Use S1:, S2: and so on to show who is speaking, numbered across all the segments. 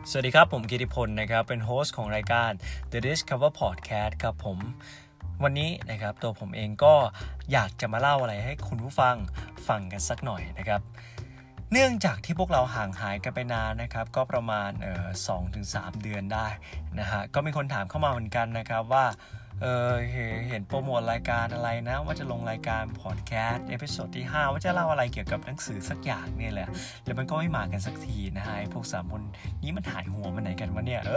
S1: สวัสดีครับผมกิติพลนะครับเป็นโฮสต์ของรายการ The Discover Podcast ครับผมวันนี้นะครับตัวผมเองก็อยากจะมาเล่าอะไรให้คุณผู้ฟังกันสักหน่อยนะครับเนื่องจากที่พวกเราห่างหายกันไปนานนะครับก็ประมาณ2-3 เดือนได้นะฮะก็มีคนถามเข้ามาเหมือนกันนะครับว่าเห็นโปรโมทรายการอะไรนะว่าจะลงรายการพอดแคสต์เอพิโซดที่5ว่าจะเล่าอะไรเกี่ยวกับหนังสือสักอย่างเนี่ยแหละแล้วมันก็ไม่มากันสักทีนะฮะพวก3 คนนี้มันหายหัวมันไหนกันวะเนี่ย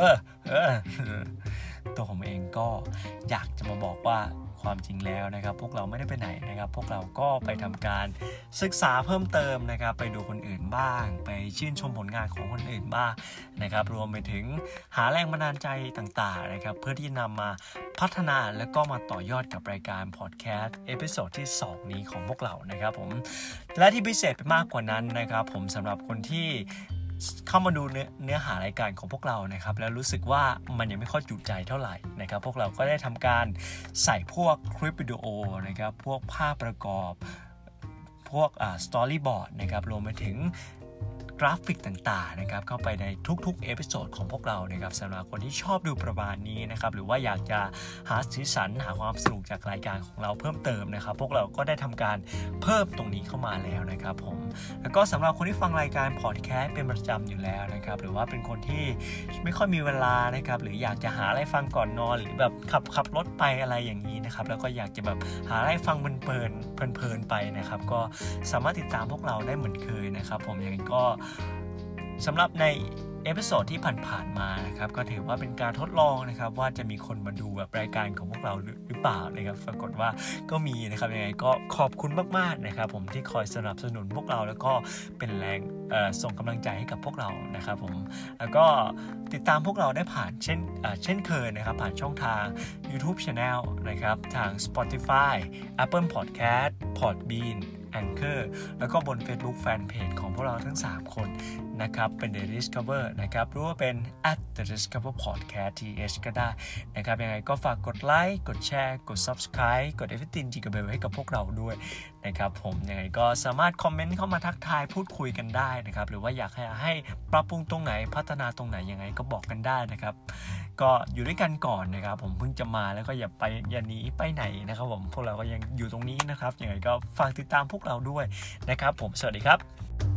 S1: ตัวผมเองก็อยากจะมาบอกว่าความจริงแล้วนะครับพวกเราไม่ได้ไปไหนนะครับพวกเราก็ไปทำการศึกษาเพิ่มเติมนะครับไปดูคนอื่นบ้างไปชื่นชมผลงานของคนอื่นบ้างนะครับรวมไปถึงหาแรงบันดาลใจต่างๆนะครับเพื่อที่นำมาพัฒนาและก็มาต่อยอดกับรายการพอดแคสต์เอพิโซดที่2นี้ของพวกเรานะครับผมและที่พิเศษไปมากกว่านั้นนะครับผมสำหรับคนที่เข้ามาดูเนื้อหารายการของพวกเรานะครับแล้วรู้สึกว่ามันยังไม่ค่อยจุใจเท่าไหร่นะครับพวกเราก็ได้ทำการใส่พวกคลิปวิดีโอนะครับพวกภาพประกอบพวกสตอรี่บอร์ดนะครับรวมไปถึงกราฟิกต่างๆนะครับเข้าไปในทุกๆเอพิโซดของพวกเรานะครับสำหรับคนที่ชอบดูประมาณนี้นะครับหรือว่าอยากจะหาสีสันหาความสนุกจากรายการของเราเพิ่มเติมนะครับพวกเราก็ได้ทำการเพิ่มตรงนี้เข้ามาแล้วนะครับผมแล้วก็สำหรับคนที่ฟังรายการพอดแคสต์เป็นประจำอยู่แล้วนะครับหรือว่าเป็นคนที่ไม่ค่อยมีเวลานะครับหรืออยากจะหาอะไรฟังก่อนนอนหรือแบบขับรถไปอะไรอย่างนี้นะครับแล้วก็อยากจะแบบหาอะไรฟังเพลินไปนะครับก็สามารถติดตามพวกเราได้เหมือนเคยนะครับผมอย่างนี้ก็สำหรับในเอพิโซดที่ผ่านมานะครับก็ถือว่าเป็นการทดลองนะครับว่าจะมีคนมาดูแบบรายการของพวกเราหรือเปล่านะครับปรากฏว่าก็มีนะครับยังไงก็ขอบคุณมากๆนะครับผมที่คอยสนับสนุนพวกเราแล้วก็เป็นแรงส่งกำลังใจให้กับพวกเรานะครับผมแล้วก็ติดตามพวกเราได้ผ่านเช่นเคยนะครับผ่านช่องทาง YouTube Channel นะครับทาง Spotify Apple Podcast Podbean Anchor แล้วก็บน Facebook Fanpage ของพวกเราทั้ง3คนนะครับเป็น The Discover นะครับหรือว่าเป็น @The Discover Podcast TH ก็ได้นะครับยังไงก็ฝากกดไลค์กดแชร์กด Subscribe กด Everything Jingle Bell ให้กับพวกเราด้วยนะครับผมยังไงก็สามารถคอมเมนต์เข้ามาทักทายพูดคุยกันได้นะครับหรือว่าอยากให้ปรับปรุงตรงไหนพัฒนาตรงไหนยังไงก็บอกกันได้นะครับก็อยู่ด้วยกันก่อนนะครับผมเพิ่งจะมาแล้วก็อย่าหนีไปไหนนะครับผมพวกเราก็ยังอยู่ตรงนี้นะครับยังไงก็ฝากติดตามพวกเราด้วยนะครับผมสวัสดีครับ